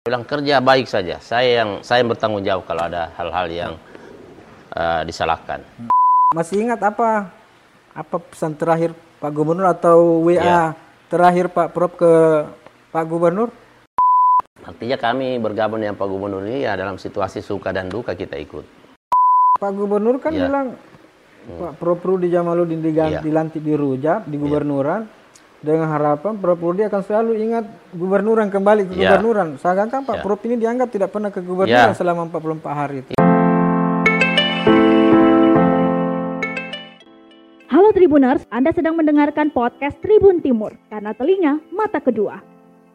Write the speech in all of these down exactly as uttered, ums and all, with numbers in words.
Bilang kerja baik saja. Saya yang saya yang bertanggung jawab kalau ada hal-hal yang uh, disalahkan. Masih ingat apa apa pesan terakhir Pak Gubernur atau W A ya. Terakhir Pak Prof ke Pak Gubernur? Artinya kami bergabung dengan Pak Gubernur ini ya dalam situasi suka dan duka kita ikut. Pak Gubernur kan ya. bilang hmm. Pak Prof Rudi Jamaludin diganti, ya. dilantik di Rujak, di Gubernuran. Ya. Dengan harapan Prof Rudi akan selalu ingat gubernuran, kembali ke ya. gubernuran. Seakan-akan Pak ya. Prof ini dianggap tidak pernah ke gubernuran ya. selama empat puluh empat hari itu. Halo Tribuners, Anda sedang mendengarkan podcast Tribun Timur, karena telinga mata kedua.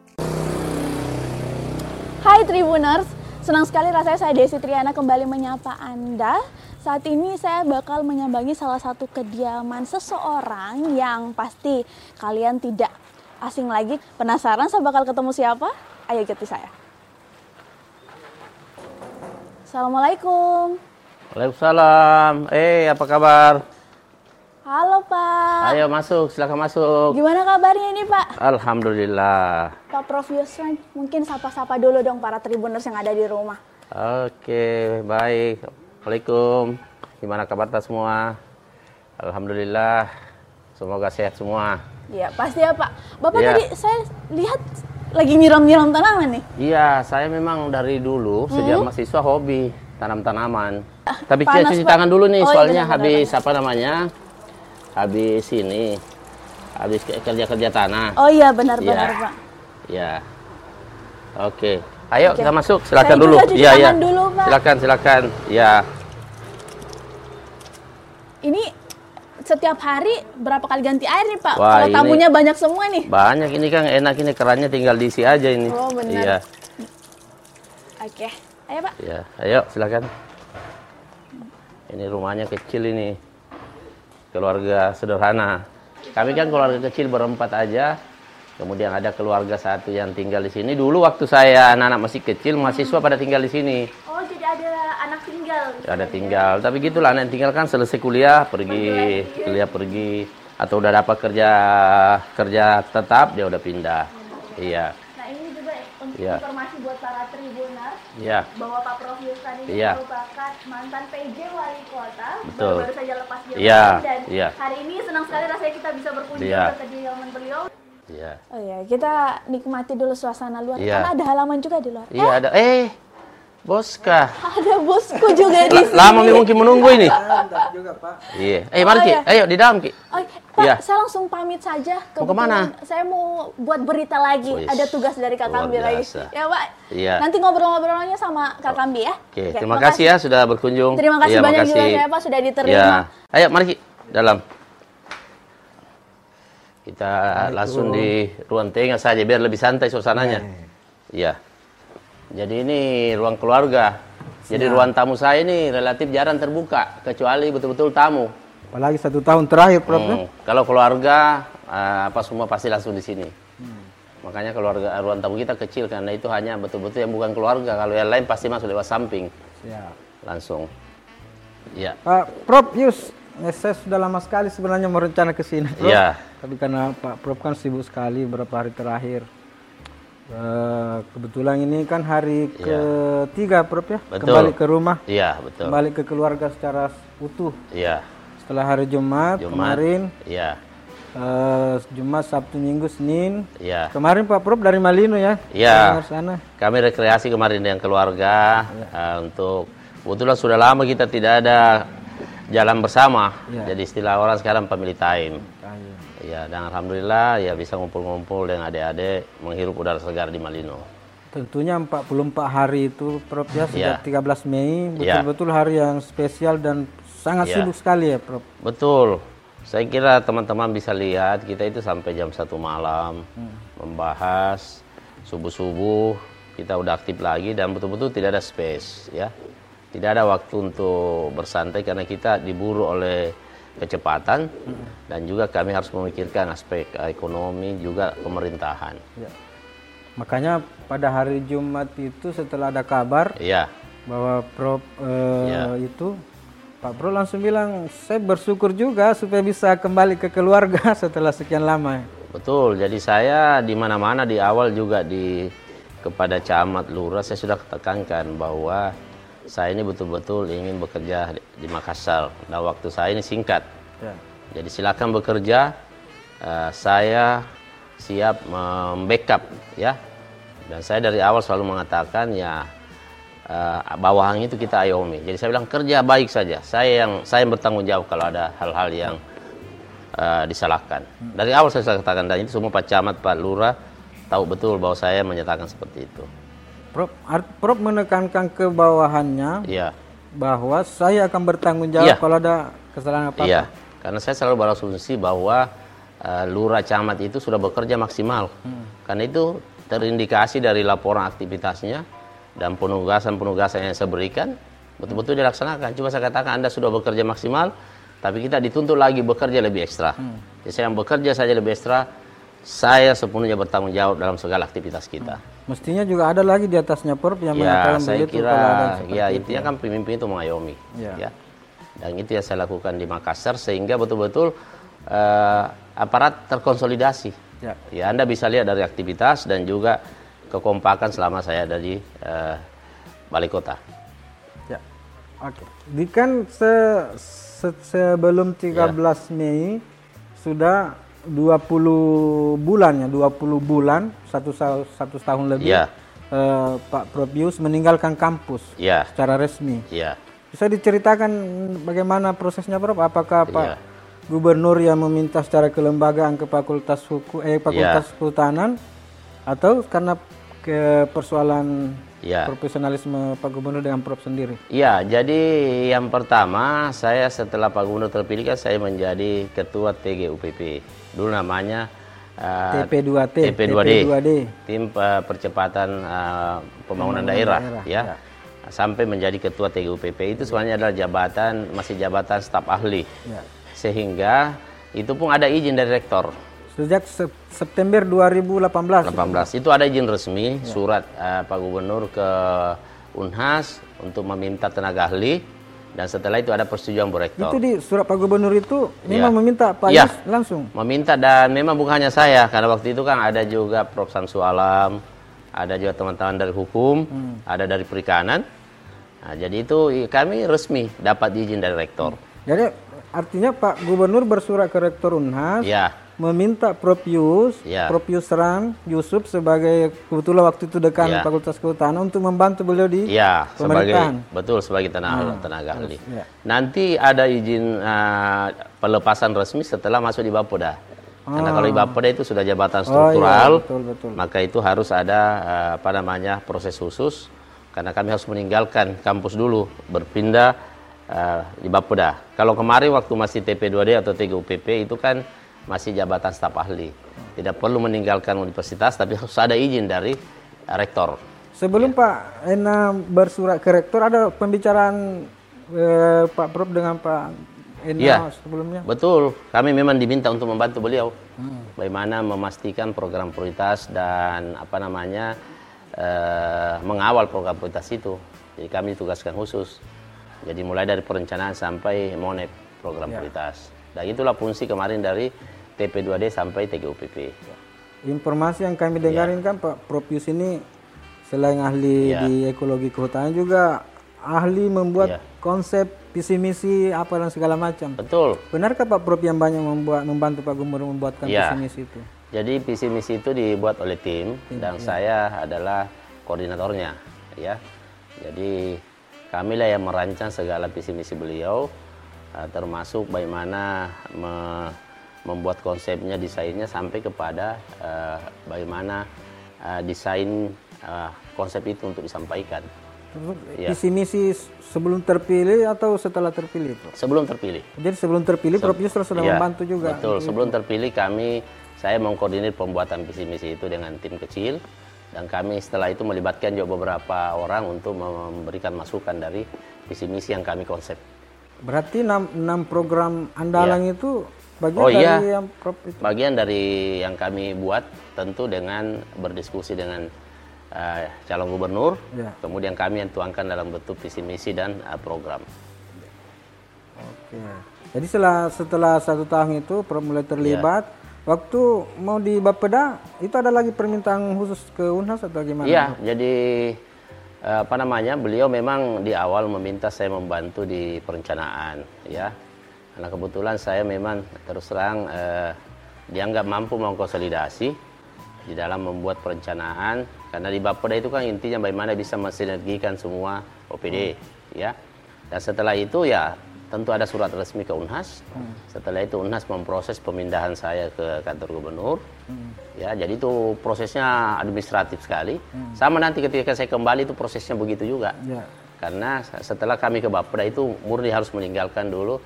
Hai Tribuners, senang sekali rasanya saya Desi Triana kembali menyapa Anda. Saat ini saya bakal menyambangi salah satu kediaman seseorang yang pasti kalian tidak asing lagi. Penasaran saya bakal ketemu siapa? Ayo ikuti saya. Assalamualaikum. Waalaikumsalam. Eh, apa kabar? Halo Pak. Ayo masuk, silakan masuk. Gimana kabarnya ini Pak? Alhamdulillah. Pak Prof Yusran, mungkin sapa-sapa dulu dong para Tribuners yang ada di rumah. Oke, baik. Assalamualaikum, gimana kabar semua? Alhamdulillah, semoga sehat semua. Iya, pasti ya Pak. Bapak ya. tadi saya lihat lagi nyiram-nyiram tanaman nih. Iya, saya memang dari dulu, hmm? sejak mahasiswa hobi tanam tanaman. Ah, Tapi saya cuci Pak. tangan dulu nih, oh, soalnya iya, habis benar, apa namanya, habis ini, habis kerja-kerja tanah. Oh iya, benar-benar ya. Pak. Iya, oke. Ayo Oke. kita masuk, silakan saya dulu. Iya, iya. Dulu, silakan, silakan. Ya. Ini setiap hari berapa kali ganti air nih Pak? Wah, kalau tamunya banyak semua nih. Banyak ini kan enak ini kerannya tinggal diisi aja ini. Oh benar. Iya. Oke, ayo Pak. Iya, ayo silakan. Ini rumahnya kecil ini, keluarga sederhana. Kami kan keluarga kecil berempat aja. Kemudian ada keluarga satu yang tinggal di sini. Dulu waktu saya anak-anak masih kecil, mahasiswa pada tinggal di sini. Oh, jadi ada anak tinggal. Ada tinggal, tapi gitulah anak yang tinggal kan selesai kuliah pergi, kuliah pergi, atau udah dapat kerja kerja tetap dia udah pindah. Hmm. Iya. Nah ini juga untuk ya. informasi buat para Tribuners, ya. bahwa Pak Prof Yusran ini ya. merupakan mantan P J Wali Kota, Betul. baru saja lepas jabatan ya. dan ya. hari ini senang sekali rasanya kita bisa berkunjung ya. ke kediaman beliau. Iya. Oh ya, kita nikmati dulu suasana luar. Ya. Karena ada halaman juga di luar. Iya, eh? ada. Eh, Boska. Ada bosku juga di sini. Lama mungkin menunggu ini. juga, Pak. Iya. Eh, mari oh, Ki. Ya. Ayo di dalam, Ki. Oh, Pak, ya. saya langsung pamit saja. Mau kemana? Saya mau buat berita lagi. Oh, yes. Ada tugas dari Kak Kambi lagi. Ya, Pak. Iya. Nanti ngobrol-ngobrolnya sama Kak Kambi ya. Oke, Oke. Terima kasih ya sudah berkunjung. Terima kasih ya, banyak makasih. juga ya, Pak, sudah diterima. Ya. Ayo, mari Ki. Dalam. Kita langsung di ruang tengah saja biar lebih santai suasananya. Iya. Jadi ini ruang keluarga. Jadi ya. ruang tamu saya ini relatif jarang terbuka kecuali betul-betul tamu. Apalagi satu tahun terakhir, Prof. Hmm. Kalau keluarga apa semua pasti langsung di sini. Hmm. Makanya keluarga ruang tamu kita kecil karena itu hanya betul-betul yang bukan keluarga. Kalau yang lain pasti masuk lewat samping. Ya. Langsung. Ya. Pak Prof Yus, ya, saya sudah lama sekali sebenarnya merencana ke sini, Prof. Ya. Tapi karena Pak Prof kan sibuk sekali beberapa hari terakhir. Uh, kebetulan ini kan hari ya. ketiga, Prof ya. Betul. Kembali ke rumah. Iya, betul. Kembali ke keluarga secara utuh. Iya. Setelah hari Jumat, Jumat kemarin. Iya. Uh, Jumat, Sabtu, Minggu, Senin. Iya. Kemarin Pak Prof dari Malino ya. Iya. Kami rekreasi kemarin dengan keluarga ya. uh, untuk kebetulan sudah lama kita tidak ada jalan bersama, ya. Jadi istilah orang sekarang family time. Ya, dan alhamdulillah ya bisa ngumpul-ngumpul dengan adik-adik menghirup udara segar di Malino. Tentunya empat puluh empat hari itu, Prof ya, sejak ya. tiga belas Mei betul-betul ya. hari yang spesial dan sangat ya. sibuk sekali ya, Prof. Betul. Saya kira teman-teman bisa lihat kita itu sampai jam satu malam hmm. membahas subuh-subuh kita udah aktif lagi dan betul-betul tidak ada space ya. Tidak ada waktu untuk bersantai karena kita diburu oleh kecepatan hmm. dan juga kami harus memikirkan aspek ekonomi juga pemerintahan. Ya. Makanya pada hari Jumat itu setelah ada kabar ya. bahwa Prof eh, ya. itu Pak Prof langsung bilang saya bersyukur juga supaya bisa kembali ke keluarga setelah sekian lama. Betul. Jadi saya di mana-mana di awal juga di kepada camat lurah saya sudah tekankan bahwa saya ini betul-betul ingin bekerja di, di Makassar. Dan waktu saya ini singkat. Ya. Jadi silakan bekerja. Uh, saya siap membackup ya. Dan saya dari awal selalu mengatakan ya uh, bawahan itu kita ayomi. Jadi saya bilang kerja baik saja. Saya yang saya yang bertanggung jawab kalau ada hal-hal yang uh, disalahkan. Dari awal saya katakan dan itu semua Pak Camat, Pak Lurah tahu betul bahwa saya menyatakan seperti itu. Prof, Prof menekankan ke bawahannya ya. Bahwa saya akan bertanggung jawab ya. Kalau ada kesalahan apa-apa. Iya, karena saya selalu berasumsi bahwa uh, lurah camat itu sudah bekerja maksimal. Hmm. Karena itu terindikasi dari laporan aktivitasnya dan penugasan-penugasan yang saya berikan betul-betul dilaksanakan. Cuma saya katakan Anda sudah bekerja maksimal, tapi kita dituntut lagi bekerja lebih ekstra. Hmm. Jadi saya yang bekerja saja lebih ekstra, saya sepenuhnya bertanggung jawab dalam segala aktivitas kita. Hmm. Mestinya juga ada lagi di atasnya Prof yang ya, mengatakan saya begitu. Kira, kalau ada ya intinya kan pemimpin itu mengayomi. Ya. Ya. Dan itu yang saya lakukan di Makassar sehingga betul-betul uh, aparat terkonsolidasi. Ya. Ya, Anda bisa lihat dari aktivitas dan juga kekompakan selama saya ada di uh, Balai Kota. Ya, oke. Di kan se, se, sebelum tiga belas ya. Mei sudah dua puluh bulan ya, dua puluh bulan, satu, satu tahun lebih ya. uh, Pak Propius meninggalkan kampus ya. Secara resmi. Ya. Bisa diceritakan bagaimana prosesnya Prof? Apakah Pak ya. Gubernur yang meminta secara kelembagaan ke Fakultas Hukum, eh Fakultas ya. Kehutanan, atau karena ke persoalan ya. Profesionalisme Pak Gubernur dengan Prof sendiri? Ya, jadi yang pertama saya setelah Pak Gubernur terpilih kan saya menjadi Ketua T G U P P. Dulu namanya uh, T P dua T, T P dua D, Tim uh, Percepatan uh, Pembangunan, Pembangunan Daerah, daerah ya. ya. Sampai menjadi Ketua T G U P P itu sebenarnya adalah jabatan masih jabatan staf ahli. Ya. Sehingga itu pun ada izin dari rektor. Sejak se September dua ribu delapan belas. delapan belas itu ada izin resmi ya. Surat uh, Pak Gubernur ke Unhas untuk meminta tenaga ahli dan setelah itu ada persetujuan Bu Rektor. Itu di surat Pak Gubernur itu memang ya. Meminta Pak ya. Yus langsung. Meminta dan memang bukan hanya saya karena waktu itu kan ada juga Prof Samsu Alam, ada juga teman-teman dari hukum, hmm. ada dari perikanan. Nah, jadi itu kami resmi dapat izin dari rektor. Jadi artinya Pak Gubernur bersurat ke Rektor Unhas ya. Meminta Prof Yus, ya. Prof Yusran Yusuf sebagai kebetulan waktu itu dekan ya. Fakultas Kehutanan untuk membantu beliau di ya, pemerintahan. Sebagai, betul sebagai tenaga, hmm. tenaga ahli. Ya. Nanti ada izin uh, pelepasan resmi setelah masuk di Bapeda. Ah. Karena kalau di Bapeda itu sudah jabatan struktural, oh, iya, betul, betul. Maka itu harus ada uh, apa namanya proses khusus. Karena kami harus meninggalkan kampus dulu, berpindah uh, di Bapeda. Kalau kemarin waktu masih T P dua D atau T G U P P itu kan masih jabatan staf ahli. Tidak perlu meninggalkan universitas, tapi harus ada izin dari uh, rektor. Sebelum ya. Pak Ena bersurat ke rektor, ada pembicaraan uh, Pak Prof dengan Pak Ena ya, sebelumnya? Betul. Kami memang diminta untuk membantu beliau. Hmm. Bagaimana memastikan program prioritas dan apa namanya, Uh, mengawal program prioritas itu. Jadi kami ditugaskan khusus. Jadi mulai dari perencanaan sampai monep program ya. Prioritas. Dan itulah fungsi kemarin dari T P dua D sampai T G U P P. Ya. Informasi yang kami dengarin ya. Kan Pak Prof Yus ini selain ahli ya. Di ekologi kehutanan juga ahli membuat ya. Konsep visi misi apa dan segala macam. Betul. Benarkah Pak Prof yang banyak membuat membantu Pak Gubernur membuatkan ya. Visi misi itu? Jadi visi misi itu dibuat oleh tim dan ya. Saya adalah koordinatornya, ya. Jadi kamilah yang merancang segala visi misi beliau, uh, termasuk bagaimana me membuat konsepnya, desainnya sampai kepada uh, bagaimana uh, desain uh, konsep itu untuk disampaikan. Visi misi sebelum terpilih atau setelah terpilih, Prof? Sebelum terpilih. Jadi sebelum terpilih, Prof Yus sudah ya, membantu juga. Betul. Sebelum terpilih kami saya mengkoordinir pembuatan visi misi itu dengan tim kecil dan kami setelah itu melibatkan juga beberapa orang untuk memberikan masukan dari visi misi yang kami konsep. Berarti enam program andalan ya. Itu bagian oh, dari iya. yang Prof itu? Bagian dari yang kami buat tentu dengan berdiskusi dengan uh, calon gubernur, ya. Kemudian kami yang tuangkan dalam bentuk visi misi dan uh, program. Oke. Jadi setelah setelah satu tahun itu Prof mulai terlibat. Ya. waktu mau di Bapeda itu ada lagi permintaan khusus ke Unhas atau gimana? Iya, jadi apa namanya, beliau memang di awal meminta saya membantu di perencanaan, ya. Karena kebetulan saya memang terus terang eh, dianggap mampu mengkonsolidasi di dalam membuat perencanaan, karena di Bapeda itu kan intinya bagaimana bisa mensinergikan semua O P D, hmm. ya. Dan setelah itu ya tentu ada surat resmi ke Unhas. Hmm. Setelah itu Unhas memproses pemindahan saya ke kantor gubernur. Hmm. Ya, jadi itu prosesnya administratif sekali. Hmm. Sama nanti ketika saya kembali itu prosesnya begitu juga. Ya. Karena setelah kami ke Bapeda itu murni harus meninggalkan dulu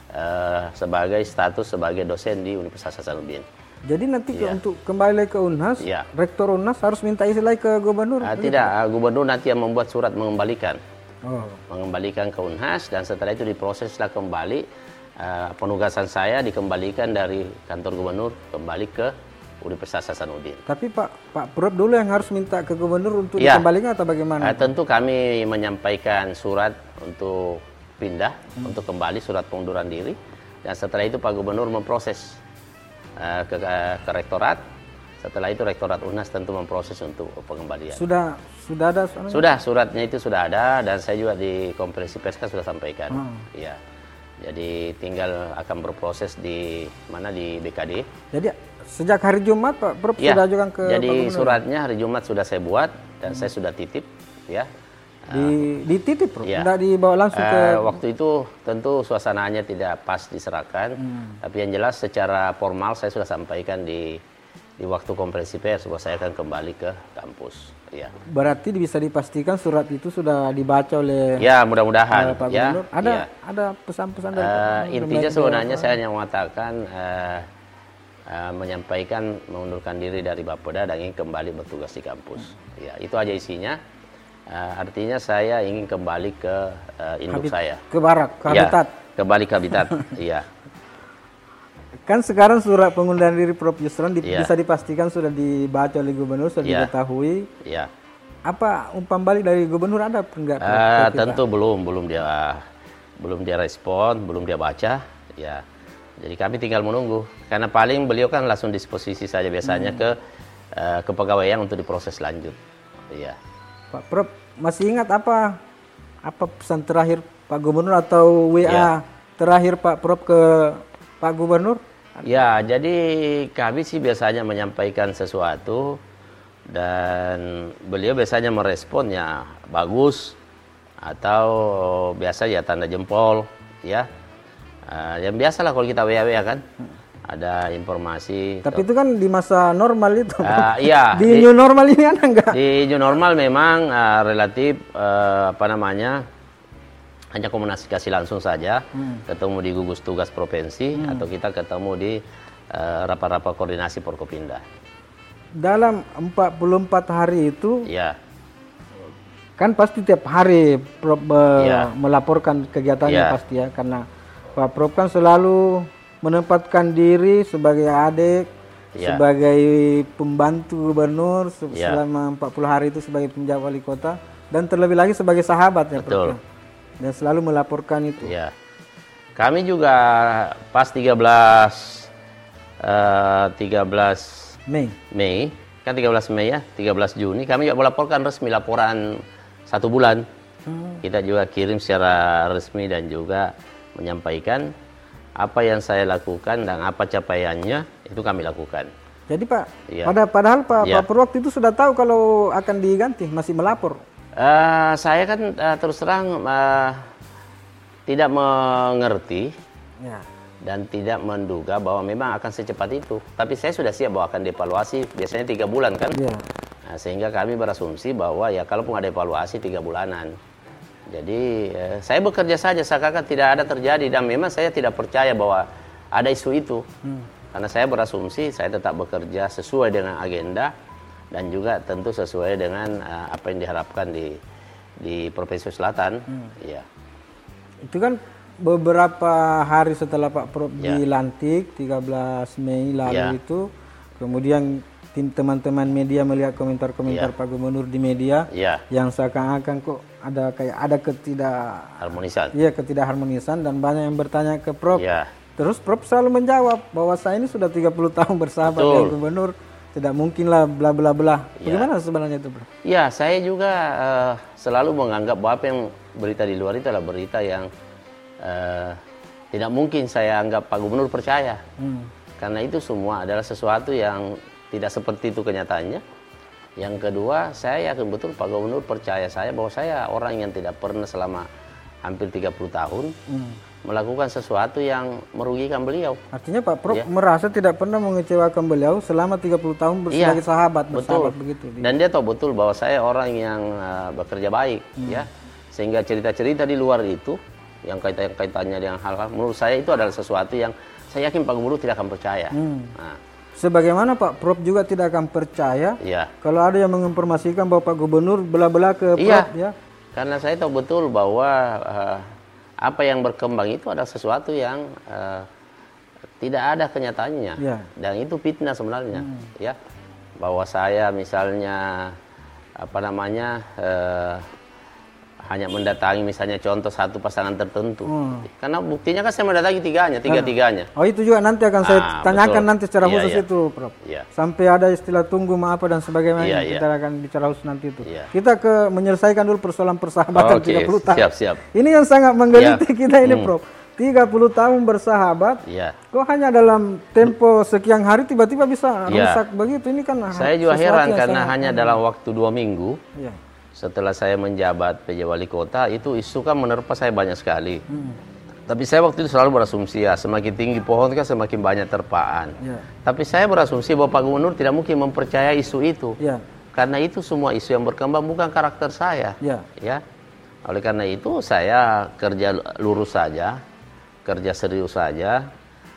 uh, sebagai status sebagai dosen di Universitas Hasanuddin. Jadi nanti ya. ke, untuk kembali ke Unhas, ya. Rektor Unhas harus minta izin lagi ke gubernur? Uh, tidak, uh, gubernur nanti yang membuat surat mengembalikan. Oh. Mengembalikan ke Unhas, dan setelah itu diproseslah kembali uh, penugasan saya dikembalikan dari kantor gubernur kembali ke Universitas Hasanuddin. Tapi Pak Pak Prof dulu yang harus minta ke gubernur untuk ya. dikembalikan atau bagaimana? Uh, tentu kami menyampaikan surat untuk pindah, hmm. untuk kembali, surat pengunduran diri, dan setelah itu Pak Gubernur memproses uh, ke, ke rektorat. Setelah itu Rektorat Unhas tentu memproses untuk pengembalian. Sudah sudah ada suratnya? Sudah, suratnya itu sudah ada, dan saya juga di konferensi pers sudah sampaikan. Hmm. Ya. Jadi tinggal akan berproses di mana, di B K D. Jadi sejak hari Jumat Pak Prof ya, sudah ajukan ke jadi Pak Gubernur? Suratnya hari Jumat sudah saya buat dan hmm. saya sudah titip, ya. Di dititip Prof, ya. Tidak dibawa langsung uh, ke waktu itu tentu suasananya tidak pas diserahkan, hmm. tapi yang jelas secara formal saya sudah sampaikan di di waktu konferensi pers bahwa saya akan kembali ke kampus. Ya. Berarti bisa dipastikan surat itu sudah dibaca oleh ya, mudah-mudahan Pak ya. Gubernur. Ada ya. ada pesan-pesan dari uh, intinya sebenarnya saya hanya mengatakan uh, uh, menyampaikan mengundurkan diri dari Bapeda dan ingin kembali bertugas di kampus. Hmm. Ya, itu aja isinya. Uh, artinya saya ingin kembali ke uh, induk Habit, saya. Ke barak, ke habitat. Ya, kembali ke habitat. Iya. Kan sekarang surat pengunduran diri Prof Yusran di, yeah. bisa dipastikan sudah dibaca oleh gubernur, sudah yeah. diketahui. Yeah. Apa umpan balik dari gubernur ada enggak? Uh, tentu belum, belum dia belum dia respon, belum dia baca. Ya, jadi kami tinggal menunggu. Karena paling beliau kan langsung disposisi saja biasanya hmm. ke uh, kepegawaian untuk diproses lanjut. Iya. Pak Prof masih ingat apa apa pesan terakhir Pak Gubernur atau W A yeah. terakhir Pak Prof ke Pak Gubernur? Ya, jadi kami sih biasanya menyampaikan sesuatu dan beliau biasanya meresponnya bagus atau biasa ya tanda jempol, ya. Uh, yang biasalah kalau kita W A W A kan, ada informasi. Tapi itu kan di masa normal itu. Uh, iya. Di, di new normal ini ada enggak? Di new normal memang uh, relatif uh, apa namanya? hanya komunikasi langsung saja, hmm. ketemu di gugus tugas provinsi hmm. atau kita ketemu di uh, rapat-rapat koordinasi Forkopimda. Dalam empat puluh empat hari itu, ya. kan pasti tiap hari Prof ya. melaporkan kegiatannya ya. pasti ya, karena Pak Prof kan selalu menempatkan diri sebagai adik, ya. sebagai pembantu gubernur ya. selama empat puluh hari itu sebagai penjabat wali kota, dan terlebih lagi sebagai sahabat ya Prof. Betul. Dan selalu melaporkan itu. Ya. Kami juga pas tiga belas Mei. Mei, kan tiga belas Mei ya, tiga belas Juni kami juga melaporkan resmi laporan satu bulan. Hmm. Kita juga kirim secara resmi dan juga menyampaikan apa yang saya lakukan dan apa capaiannya itu kami lakukan. Jadi Pak, ya. pada padahal Pak ya. Pak Pur waktu itu sudah tahu kalau akan diganti, masih melapor. Uh, saya kan uh, terus terang uh, tidak mengerti ya. dan tidak menduga bahwa memang akan secepat itu. Tapi saya sudah siap bahwa akan dievaluasi, biasanya tiga bulan kan. Ya. Nah, sehingga kami berasumsi bahwa ya kalaupun ada evaluasi tiga bulanan. Jadi uh, saya bekerja saja seakan-akan tidak ada terjadi, dan memang saya tidak percaya bahwa ada isu itu. Hmm. Karena saya berasumsi saya tetap bekerja sesuai dengan agenda dan juga tentu sesuai dengan uh, apa yang diharapkan di di Provinsi Selatan. Hmm. Ya. Itu kan beberapa hari setelah Pak Prof ya. dilantik tiga belas Mei lalu ya. itu, kemudian tim teman-teman media melihat komentar-komentar ya. Pak Gubernur di media ya. yang seakan-akan kok ada kayak ada ketidak harmonisan. Iya, ketidakharmonisan, dan banyak yang bertanya ke Prof. Ya. Terus Prof selalu menjawab bahwa saya ini sudah tiga puluh tahun bersahabat dengan gubernur, tidak mungkinlah bla bla bla. Bagaimana ya. sebenarnya itu, Prof? Ya, saya juga uh, selalu menganggap bahwa apa yang berita di luar itu adalah berita yang uh, tidak mungkin saya anggap Pak Gubernur percaya. Hmm. Karena itu semua adalah sesuatu yang tidak seperti itu kenyataannya. Yang kedua, saya yakin betul Pak Gubernur percaya saya bahwa saya orang yang tidak pernah selama hampir tiga puluh tahun hmm. melakukan sesuatu yang merugikan beliau. Artinya Pak Prof ya. merasa tidak pernah mengecewakan beliau selama tiga puluh tahun sebagai ya, sahabat, bersahabat betul. begitu. Dan dia tahu betul bahwa saya orang yang uh, bekerja baik, hmm. ya. Sehingga cerita-cerita di luar itu, yang kaitan-kaitannya dengan hal-hal, menurut saya itu adalah sesuatu yang saya yakin Pak Gubernur tidak akan percaya. Hmm. Nah. Sebagaimana Pak Prof juga tidak akan percaya ya. kalau ada yang menginformasikan bahwa Pak Gubernur bela-bela ke Prof. Ya. ya. Karena saya tahu betul bahwa uh, apa yang berkembang itu adalah sesuatu yang uh, tidak ada kenyataannya ya. dan itu fitnah sebenarnya, hmm. ya. Bahwa saya misalnya apa namanya uh, hanya mendatangi misalnya contoh satu pasangan tertentu, hmm. karena buktinya kan saya mendatangi tiganya, tiga-tiganya. Oh itu juga nanti akan saya ah, tanyakan betul. nanti secara khusus ya, ya. itu, Prof. Ya. Sampai ada istilah tunggu maaf dan sebagainya, ya, kita ya. akan bicara khusus nanti itu. Ya. Kita ke menyelesaikan dulu persoalan persahabatan oh, okay. tiga puluh tahun. Siap, siap. Ini yang sangat menggeliti ya. kita ini, hmm. Prof. tiga puluh tahun bersahabat, ya. kok hanya dalam tempo sekian hari tiba-tiba bisa ya. rusak begitu? Ini kan saya juga heran karena hanya aneh. dalam waktu dua minggu. Ya. Setelah saya menjabat P J Wali Kota, itu isu kan menerpa saya banyak sekali. Hmm. Tapi saya waktu itu selalu berasumsi ya, semakin tinggi pohon kan semakin banyak terpaan. Ya. Tapi saya berasumsi bahwa Pak Gubernur tidak mungkin mempercayai isu itu. Ya. Karena itu semua isu yang berkembang bukan karakter saya. Ya. Ya. Oleh karena itu saya kerja lurus saja, kerja serius saja.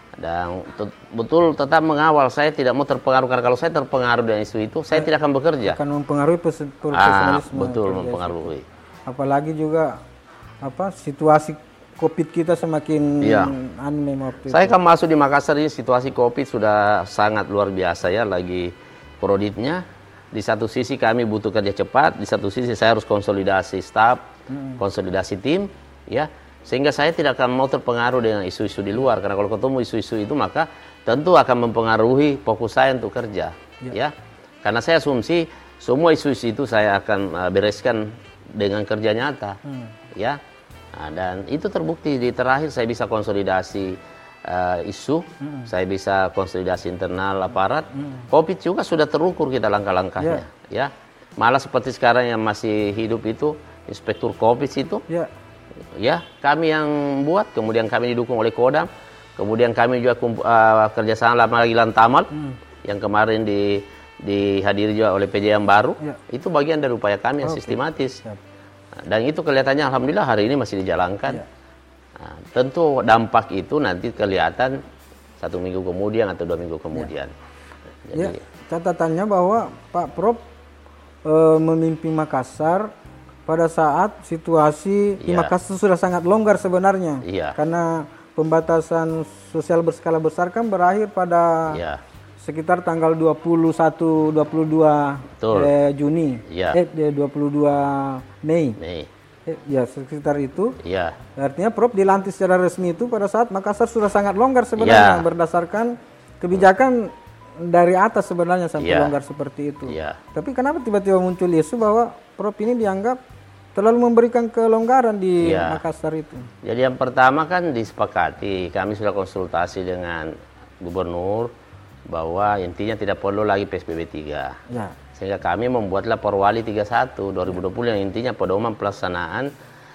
Dan betul tetap mengawal, saya tidak mau terpengaruh, karena kalau saya terpengaruh dengan isu itu, saya tidak akan bekerja. Akan mempengaruhi profesionalisme. Ah, betul mempengaruhi. Apalagi juga apa situasi COVID kita semakin ya. aneh waktu Saya itu. kan masuk di Makassar ini situasi COVID sudah sangat luar biasa ya, lagi kroditnya. Di satu sisi kami butuh kerja cepat, di satu sisi saya harus konsolidasi staf, hmm. konsolidasi tim, ya. Sehingga saya tidak akan mau terpengaruh dengan isu-isu di luar. Karena kalau ketemu isu-isu itu maka tentu akan mempengaruhi fokus saya untuk kerja. Ya. ya. Karena saya asumsi semua isu-isu itu saya akan uh, bereskan dengan kerja nyata. Hmm. Ya. Nah, dan itu terbukti di terakhir saya bisa konsolidasi uh, isu. Hmm. Saya bisa konsolidasi internal aparat. Hmm. COVID juga sudah terukur kita langkah-langkahnya. Ya. ya. Malah seperti sekarang yang masih hidup itu, Inspektur COVID itu. Ya. Ya, kami yang buat, kemudian kami didukung oleh Kodam, kemudian kami juga uh, kerjasama lagi Lantamal, hmm. yang kemarin di, dihadiri juga oleh P J yang baru, ya. itu bagian dari upaya kami yang okay. sistematis. Siap. Dan itu kelihatannya alhamdulillah hari ini masih dijalankan. Ya. Nah, tentu dampak itu nanti kelihatan satu minggu kemudian atau dua minggu kemudian. Ya. Jadi, ya, catatannya bahwa Pak Prof e, memimpin Makassar pada saat situasi di ya. Makassar sudah sangat longgar sebenarnya, ya. karena pembatasan sosial berskala besar kan berakhir pada ya. sekitar tanggal dua puluh satu dua puluh dua eh, Juni, ya. eh dua puluh dua Mei, Mei. Eh, ya sekitar itu. Ya. Artinya Prof dilantik secara resmi itu pada saat Makassar sudah sangat longgar sebenarnya, ya. berdasarkan kebijakan dari atas sebenarnya sampai ya. longgar seperti itu. Ya. Tapi kenapa tiba-tiba muncul isu bahwa Prof ini dianggap terlalu memberikan kelonggaran di ya. Makassar itu? Jadi yang pertama kan disepakati, kami sudah konsultasi dengan Gubernur bahwa intinya tidak perlu lagi P S B B tiga. Ya. Sehingga kami membuatlah Perwali tiga puluh satu dua ribu dua puluh yang intinya pedoman pelaksanaan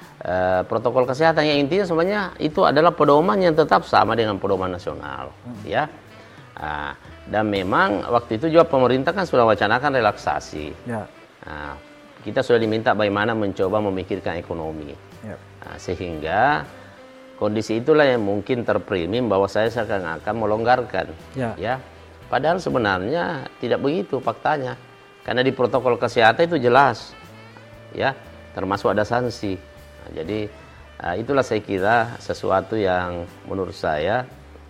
uh, protokol kesehatan, yang intinya sebenarnya itu adalah pedoman yang tetap sama dengan pedoman nasional. Hmm. Ya. Nah, dan memang waktu itu juga pemerintah kan sudah wacanakan relaksasi. Ya. Nah, kita sudah diminta bagaimana mencoba memikirkan ekonomi. Ya. Nah, sehingga kondisi itulah yang mungkin terprimim bahwa saya seakan-akan melonggarkan. Ya. ya. Padahal sebenarnya tidak begitu faktanya. Karena di protokol kesehatan itu jelas. Ya, termasuk ada sanksi. Nah, jadi uh, itulah saya kira sesuatu yang menurut saya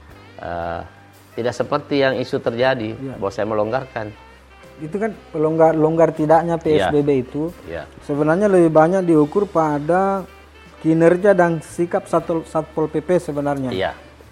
uh, tidak seperti yang isu terjadi, ya. bahwa saya melonggarkan. Itu kan longgar longgar tidaknya P S B B ya. itu ya. sebenarnya lebih banyak diukur pada kinerja dan sikap Satpol P P sebenarnya. Ya.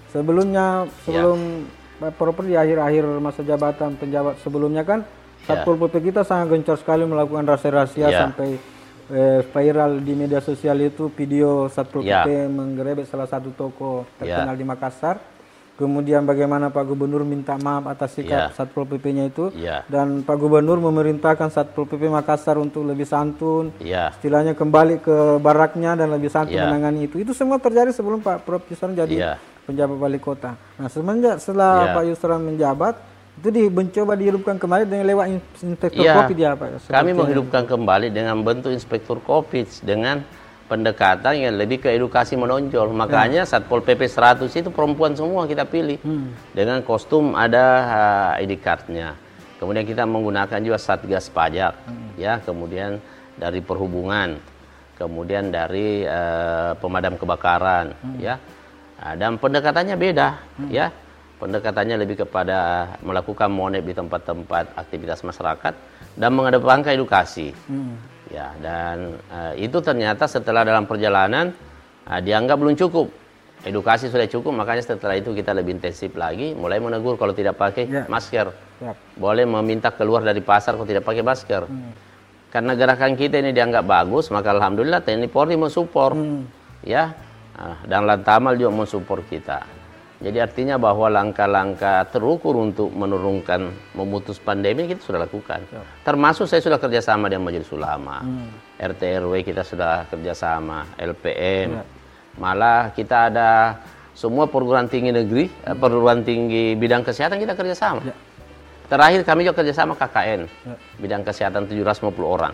Sebelumnya sebelum ya. Proper di akhir-akhir masa jabatan penjabat sebelumnya kan Satpol P P kita sangat gencar sekali melakukan rahasia-rahasia ya. sampai eh, viral di media sosial itu video Satpol ya. P P menggerebek salah satu toko terkenal ya. di Makassar. Kemudian bagaimana Pak Gubernur minta maaf atas sikap yeah. Satpol P P-nya itu. Yeah. Dan Pak Gubernur memerintahkan Satpol P P Makassar untuk lebih santun. Yeah. Istilahnya kembali ke baraknya dan lebih santun yeah. menangani itu. Itu semua terjadi sebelum Pak Prof Yusran jadi yeah. penjabat wali kota. Nah semenjak setelah yeah. Pak Yusran menjabat, itu dicoba dihidupkan kembali dengan lewat inspektur yeah. Covid ya Pak? Kami menghidupkan itu. kembali dengan bentuk inspektur Covid dengan pendekatan yang lebih ke edukasi menonjol. Makanya hmm. Satpol P P seratus itu perempuan semua kita pilih. Hmm. Dengan kostum ada uh, I D card-nya. Kemudian kita menggunakan juga Satgas Pajak. Hmm. Ya, kemudian dari perhubungan. Kemudian dari uh, pemadam kebakaran. Hmm. Ya. Uh, dan pendekatannya beda. Hmm. Ya. Pendekatannya lebih kepada melakukan monep di tempat-tempat aktivitas masyarakat. Dan mengedepankan edukasi. Hmm. Ya, dan uh, itu ternyata setelah dalam perjalanan uh, dianggap belum cukup. Edukasi sudah cukup, makanya setelah itu kita lebih intensif lagi, mulai menegur kalau tidak pakai ya. masker. Ya. Boleh meminta keluar dari pasar kalau tidak pakai masker. Hmm. Karena gerakan kita ini dianggap bagus, maka alhamdulillah T N I Polri mensupport. Hmm. Ya. Uh, dan Lantamal juga mensupport kita. Jadi artinya bahwa langkah-langkah terukur untuk menurunkan, memutus pandemi kita sudah lakukan. Ya. Termasuk saya sudah kerjasama dengan Majelis Ulama, hmm. R T R W kita sudah kerjasama, L P M. Ya. Malah kita ada semua perguruan tinggi negeri, hmm. perguruan tinggi bidang kesehatan kita kerjasama. Ya. Terakhir kami juga kerjasama K K N, ya. bidang kesehatan tujuh ratus lima puluh orang.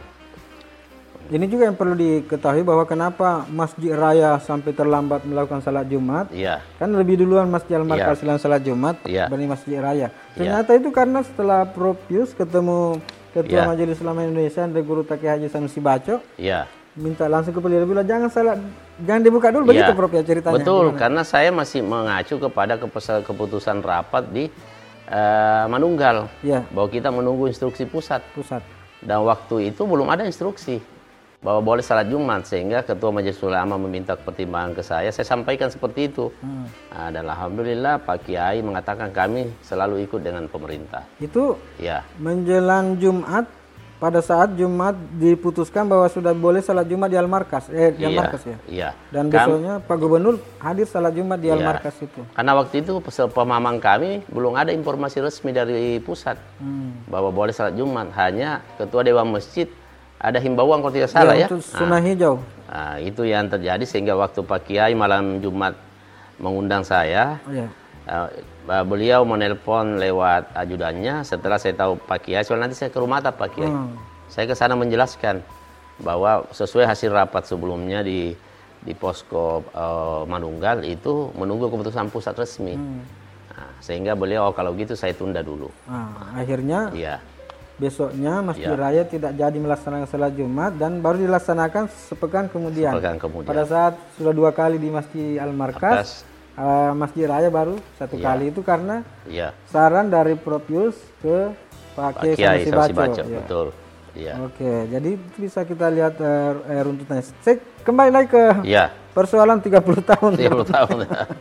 Ini juga yang perlu diketahui bahwa kenapa Masjid Raya sampai terlambat melakukan salat Jumat. Iya. Kan lebih duluan Masjid Al-Markas ya. salat Jumat ya. dibanding Masjid Raya. Ternyata ya. itu karena setelah Prof Yus ketemu Ketua ya. Majelis Ulama Indonesia dan Guru Taqi Haji Sanusi Baco. Iya. Minta langsung ke beliau bilang jangan salat, jangan dibuka dulu ya. begitu Prof ya ceritanya. Betul, gimana? Karena saya masih mengacu kepada keputusan rapat di uh, Manunggal. Ya. Bahwa kita menunggu instruksi pusat. Pusat. Dan waktu itu belum ada instruksi bahwa boleh salat Jumat, sehingga Ketua Majelis Ulama meminta pertimbangan ke saya, saya sampaikan seperti itu. Hmm. Nah, dan alhamdulillah Pak Kiai mengatakan kami selalu ikut dengan pemerintah. Itu ya. menjelang Jumat, pada saat Jumat diputuskan bahwa sudah boleh salat Jumat di Al-Markas, eh di Al-Markas ya. Iya. Dan besoknya Pak Gubernur hadir salat Jumat di Al-Markas ya. itu. Karena waktu itu pemahaman kami belum ada informasi resmi dari pusat hmm. bahwa boleh salat Jumat, hanya Ketua Dewan Masjid ada himbauan kalau tidak salah ya. ya. Zona hijau. Nah, itu yang terjadi sehingga waktu Pak Kiai malam Jumat mengundang saya, ya. uh, beliau menelpon lewat ajudannya. Setelah saya tahu Pak Kiai, soalnya nanti saya ke rumah Pak Kiai. Hmm. Saya ke sana menjelaskan bahwa sesuai hasil rapat sebelumnya di di posko uh, Manunggal itu menunggu keputusan pusat resmi. Hmm. Nah, sehingga beliau oh, kalau gitu saya tunda dulu. Nah, akhirnya. Iya. Besoknya Masjid ya. Raya tidak jadi melaksanakan salat Jumat dan baru dilaksanakan sepekan kemudian. Sepekan kemudian. Pada saat sudah dua kali di Masjid Al-Markas, uh, Masjid Raya baru satu ya. kali itu karena ya. saran dari Prof Yus ke Pak Kiai Sanusi Baco. Ya. Betul. Ya. Oke, jadi bisa kita lihat uh, runtutannya. Saya kembali lagi ke ya. persoalan tiga puluh tahun. tiga puluh tahun.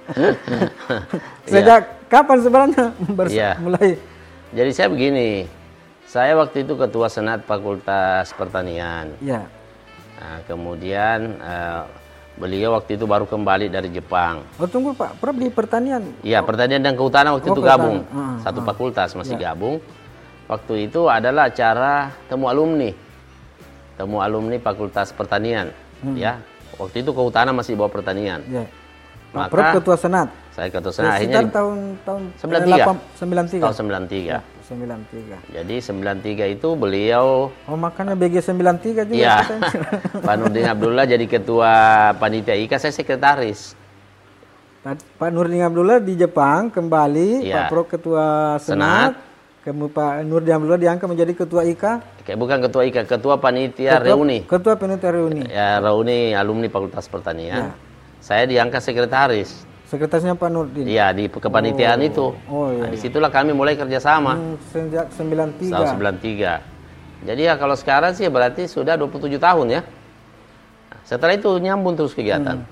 Sejak ya. kapan sebenarnya ya. mulai? Jadi saya begini. Saya waktu itu Ketua Senat Fakultas Pertanian. Ya. Nah, kemudian uh, beliau waktu itu baru kembali dari Jepang. Oh tunggu Pak, Prof di pertanian? Iya, pertanian dan kehutanan waktu oh, itu gabung. Uh, Satu uh, fakultas masih ya. gabung. Waktu itu adalah acara temu alumni. Temu alumni Fakultas Pertanian. Hmm. Ya. Waktu itu kehutanan masih bawa pertanian. Ya. Maka, Prof Ketua Senat. Saya Ketua Senat. Akhirnya tahun tahun sembilan puluh tiga. sembilan puluh tiga. Tahun sembilan puluh tiga. Ya. sembilan puluh tiga. Jadi sembilan puluh tiga itu beliau oh makanya B G sembilan puluh tiga juga ya. Pak Nurdin Abdullah jadi ketua panitia I K A, saya sekretaris. Pak Nurdin Abdullah di Jepang kembali, ya. Pak Prof ketua Senat, kemudian Pak Nurdin Abdullah diangkat menjadi ketua I K A. Kayak bukan ketua I K A, ketua panitia ketua, reuni. Ketua panitia reuni. Ya, reuni alumni Fakultas Pertanian. Ya. Saya diangkat sekretaris. Sekretarisnya Pak Nurdin? Iya, di kepanitiaan oh. itu. Oh, iya. Nah, disitulah kami mulai kerjasama. Hmm, sejak sembilan puluh tiga. Tahun sembilan puluh tiga. Jadi ya kalau sekarang sih berarti sudah dua puluh tujuh tahun ya. Nah, setelah itu nyambung terus kegiatan. Hmm.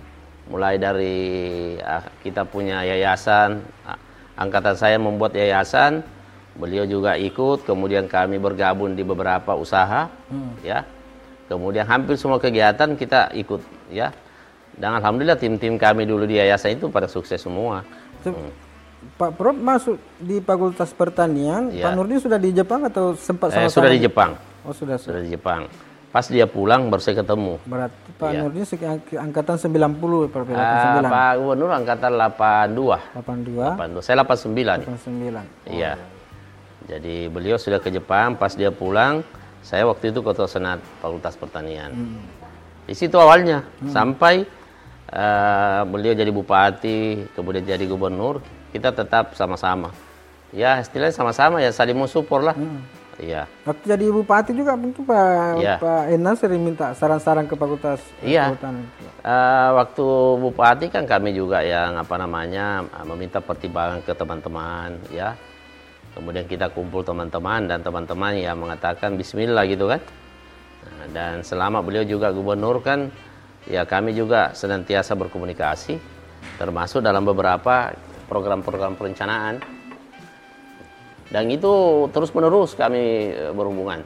mulai dari uh, kita punya yayasan, uh, angkatan saya membuat yayasan, beliau juga ikut, kemudian kami bergabung di beberapa usaha, hmm. ya, kemudian hampir semua kegiatan kita ikut, ya, dan alhamdulillah tim-tim kami dulu di yayasan itu pada sukses semua. Hmm. Pak Prof masuk di Fakultas Pertanian, ya. Pak Nurdin sudah di Jepang atau sempat sama-sama? Eh, sudah di Jepang. Oh sudah. Sudah di Jepang. Pas dia pulang baru saya ketemu. Berarti Pak ya. Nurdin angkatan sembilan puluh, Pak uh, Pak Gubernur angkatan delapan puluh dua. delapan puluh dua. delapan puluh dua. Saya delapan puluh sembilan. delapan puluh sembilan. Oh, iya. Jadi beliau sudah ke Jepang, pas dia pulang, saya waktu itu ketua senat Fakultas Pertanian. Hmm. Di situ awalnya hmm. sampai uh, beliau jadi bupati, kemudian jadi gubernur, kita tetap sama-sama. Ya, istilahnya sama-sama ya, saling mensupport lah. Hmm. Iya. Waktu jadi bupati juga mungkin Pak ya. Pak Enan sering minta saran-saran ke Fakultas Iya. Uh, waktu bupati kan kami juga yang apa namanya meminta pertimbangan ke teman-teman, ya. Kemudian kita kumpul teman-teman dan teman-teman yang mengatakan Bismillah gitu kan. Nah, dan selama beliau juga gubernur kan, ya kami juga senantiasa berkomunikasi, termasuk dalam beberapa program-program perencanaan. Dan itu terus-menerus kami berhubungan.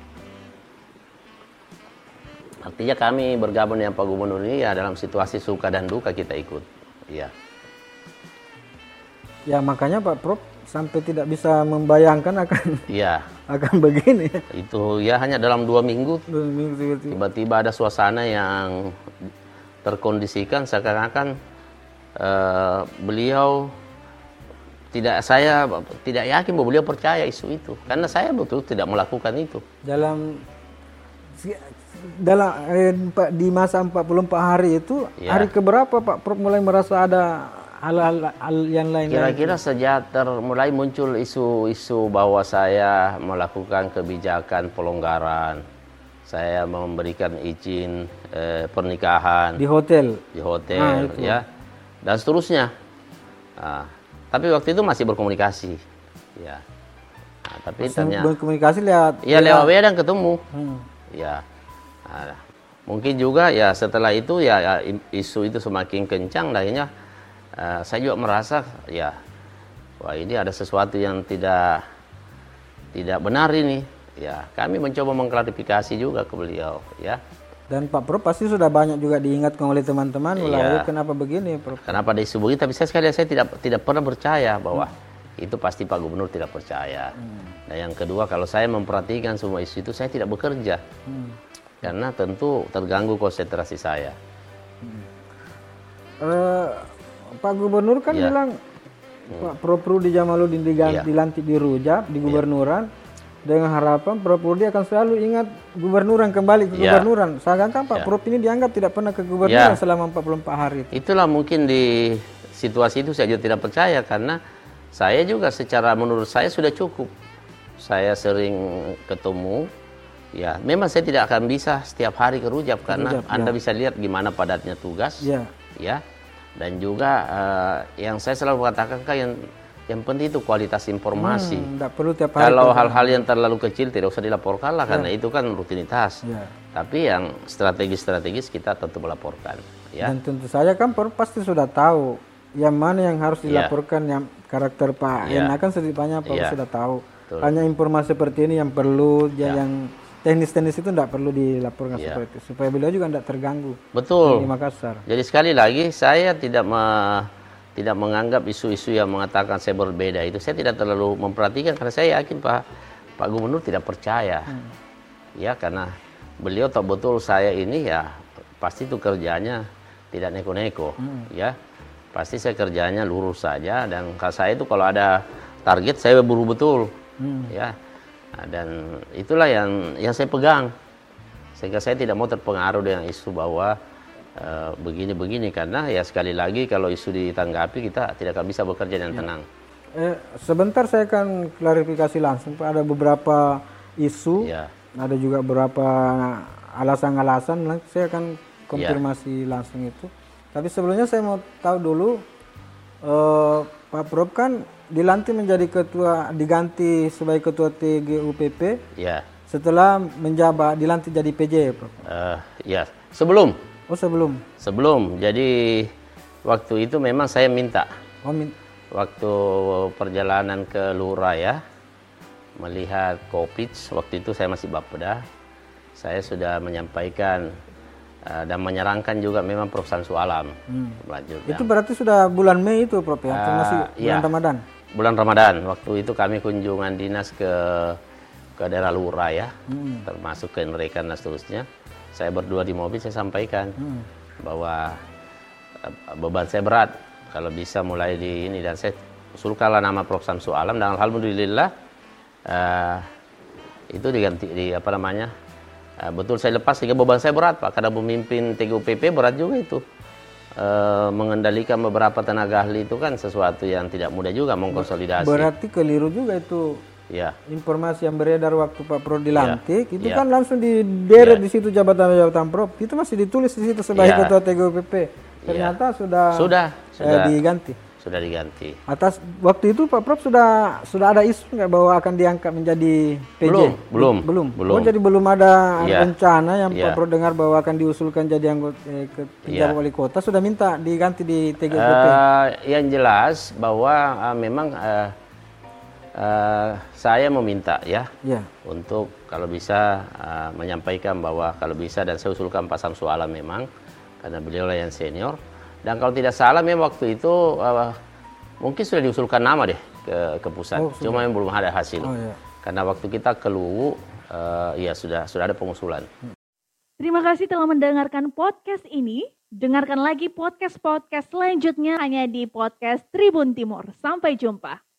Artinya kami bergabung dengan Pak Gubernur ini ya dalam situasi suka dan duka kita ikut. Iya. Ya makanya Pak Prof sampai tidak bisa membayangkan akan ya. akan begini. Itu ya hanya dalam dua minggu. Dua minggu tiba-tiba ada suasana yang terkondisikan seakan-akan uh, beliau tidak saya tidak yakin bahwa beliau percaya isu itu karena saya betul tidak melakukan itu. Dalam dalam eh, di masa empat puluh empat hari itu ya. Hari keberapa Pak Prof mulai merasa ada hal-hal yang lain? Kira-kira sejak ter mulai muncul isu-isu bahwa saya melakukan kebijakan pelonggaran, saya memberikan izin eh, pernikahan di hotel, di hotel, nah, ya, dan seterusnya. Nah, tapi waktu itu masih berkomunikasi, ya. Nah, tapi ternyata berkomunikasi lewat, ya lewat W A dan ketemu, hmm. ya. Nah, mungkin juga ya setelah itu ya, ya isu itu semakin kencang, akhirnya uh, saya juga merasa ya, wah ini ada sesuatu yang tidak tidak benar ini, ya. Kami mencoba mengklarifikasi juga ke beliau, ya. Dan Pak Prof pasti sudah banyak juga diingatkan oleh teman-teman melalui iya. Kenapa begini Prof? Kenapa ada isu begini, tapi saya sekali saya tidak tidak pernah percaya bahwa hmm. itu pasti Pak Gubernur tidak percaya. Hmm. Dan yang kedua kalau saya memperhatikan semua isu itu saya tidak bekerja. Hmm. Karena tentu terganggu konsentrasi saya. Hmm. Uh, Pak Gubernur kan ya. bilang hmm. Pak Prof Rudi Jamaludin diganti, ya. dilantik di Rujak, di gubernuran. Ya. Dengan harapan Prof Rudi akan selalu ingat gubernuran kembali ke ya. gubernuran. Sedangkan Pak ya. Prof ini dianggap tidak pernah ke gubernuran ya. selama empat puluh empat hari. Itu. Itulah mungkin di situasi itu saya juga tidak percaya karena saya juga secara menurut saya sudah cukup. Saya sering ketemu, ya memang saya tidak akan bisa setiap hari ke Rujak karena Rujak, Anda ya. bisa lihat gimana padatnya tugas, ya. ya. Dan juga uh, yang saya selalu katakan kan yang Yang penting itu kualitas informasi. Hmm, perlu tiap hari. Kalau hal-hal yang terlalu kecil tidak usah dilaporkan lah, ya. karena itu kan rutinitas. Ya. Tapi yang strategis-strategis kita tentu melaporkan. Ya. Dan tentu saja kan pasti sudah tahu yang mana yang harus dilaporkan, ya. yang karakter Pak ya. Enan kan sedikitnya Pak ya. sudah tahu. Betul. Hanya informasi seperti ini yang perlu, ya. yang teknis-teknis itu tidak perlu dilaporkan ya. seperti itu. Supaya beliau juga tidak terganggu. Betul. Di Makassar. Jadi sekali lagi saya tidak me tidak menganggap isu-isu yang mengatakan saya berbeda itu saya tidak terlalu memperhatikan karena saya yakin Pak Pak Gubernur tidak percaya hmm. ya karena beliau tahu betul saya ini ya pasti itu kerjanya tidak neko-neko hmm. ya pasti saya kerjanya lurus saja dan kalau saya itu kalau ada target saya buru betul hmm. ya nah, dan itulah yang yang saya pegang sehingga saya tidak mau terpengaruh dengan isu bahwa Uh, begini-begini karena ya sekali lagi kalau isu ditanggapi kita tidak akan bisa bekerja dengan tenang. Eh, sebentar saya akan klarifikasi langsung Pak. Ada beberapa isu, ya. ada juga beberapa alasan-alasan. Saya akan konfirmasi ya. langsung itu. Tapi sebelumnya saya mau tahu dulu uh, Pak Prof kan dilantik menjadi ketua, diganti sebagai ketua T G U P P. Ya. Setelah menjabat dilantik jadi P J, Prof. Uh, ya sebelum. Oh sebelum? Sebelum, jadi waktu itu memang saya minta. Oh min Waktu perjalanan ke Lura ya, melihat Kopits, waktu itu saya masih Bapeda, saya sudah menyampaikan uh, dan menyarankan juga memang Prof Samsu Alam. Hmm. Itu berarti sudah bulan Mei itu Prof ya? Atau Uh, masih bulan ya, Ramadan? Bulan Ramadan, waktu itu kami kunjungan dinas ke ke daerah Lura ya, hmm. termasuk ke Nrekan dan seterusnya. Saya berdua di mobil, saya sampaikan hmm. bahwa uh, beban saya berat, kalau bisa mulai di ini, dan saya usulkanlah nama Prof Samsu Alam, dan alhamdulillah uh, itu diganti di apa namanya uh, betul saya lepas sehingga beban saya berat Pak, karena memimpin T G U P P berat juga itu. Uh, mengendalikan beberapa tenaga ahli itu kan sesuatu yang tidak mudah juga, mengkonsolidasi. Berarti keliru juga itu. Ya. Informasi yang beredar waktu Pak Pro dilantik ya. itu ya. kan langsung dideret ya. di situ jabatan-jabatan Prof. Itu masih ditulis di situ sebagai ya. ketua T G U P P. Ternyata ya. sudah sudah sudah eh, diganti. Sudah diganti. Atas waktu itu Pak Prof sudah sudah ada isu nggak bahwa akan diangkat menjadi P J? Belum, belum, belum. belum. Oh jadi belum ada ya. rencana yang ya. Pak Prof dengar bahwa akan diusulkan jadi anggota eh, ke penjabat ya. wali kota, sudah minta diganti di T G U P P. Uh, yang jelas bahwa uh, memang uh, uh, saya meminta ya, ya untuk kalau bisa uh, menyampaikan bahwa kalau bisa, dan saya usulkan Pak Samsu Alam memang karena beliau lah yang senior. Dan kalau tidak salah memang waktu itu uh, mungkin sudah diusulkan nama deh ke, ke pusat, oh, cuma yang belum ada hasil. Oh, iya. Karena waktu kita ke Luwu, uh, ya sudah sudah ada pengusulan. Terima kasih telah mendengarkan podcast ini. Dengarkan lagi podcast-podcast selanjutnya hanya di podcast Tribun Timur. Sampai jumpa.